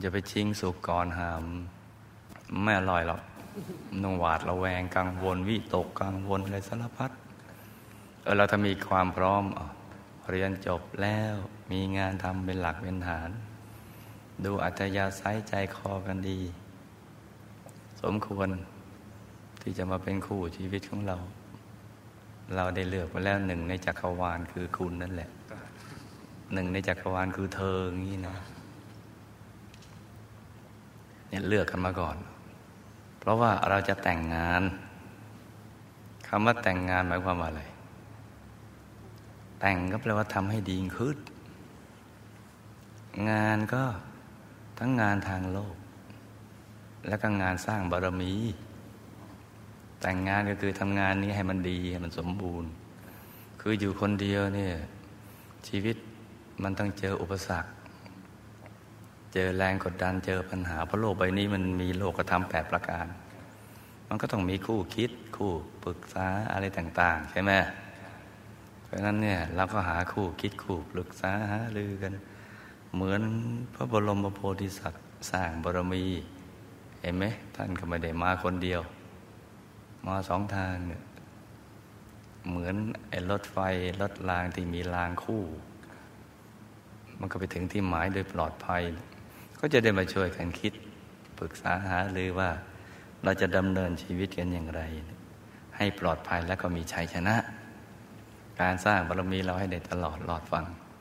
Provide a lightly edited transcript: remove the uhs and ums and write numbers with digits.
อย่าไปชิงสุกก่อนหามไม่อร่อยหรอกต้องหวาดระแวงกังวลวิตกกังวลอะไรสารพัดเราถ้ามีความพร้อมเรียนจบแล้วมีงานทำเป็นหลักเป็นฐานดูอัธยาศัยใจคอกันดีสมควรที่จะมาเป็นคู่ชีวิตของเราได้เลือกมาแล้วหนึ่งในจักรวาลคือคุณนั่นแหละหนึ่งในจักรวาลคือเธออย่างนี้นะเนี่ยเลือกกันมาก่อนเพราะว่าเราจะแต่งงานคำว่าแต่งงานหมายความว่าอะไรแต่งก็แปลว่าทำให้ดีขึ้นงานก็ทั้งงานทางโลกและก็งานสร้างบารมีแต่งงานก็คือทำงานนี้ให้มันดีให้มันสมบูรณ์คืออยู่คนเดียวเนี่ยชีวิตมันต้องเจออุปสรรคเจอแรงกดดันเจอปัญหาเพราะโลกใบนี้มันมีโลกธรรม8ประการมันก็ต้องมีคู่คิดคู่ปรึกษาอะไรต่างๆใช่ไหมเพราะฉะนั้นเนี่ยเราก็หาคู่คิดคู่ปรึกษาหารือกันเหมือนพระบรมโพธิสัตว์สร้างบารมีเห็นไหมท่านก็ไม่ได้มาคนเดียวมาสองทางเนี่ยเหมือนไอ้รถไฟรถรางที่มีรางคู่มันก็ไปถึงที่หมายโดยปลอดภัยก็จะได้มาช่วยกันคิดปรึกษาหารือว่าเราจะดำเนินชีวิตกันอย่างไรให้ปลอดภัยและก็มีชัยชนะการสร้างบารมีเราให้ได้ตลอดรอดฟัง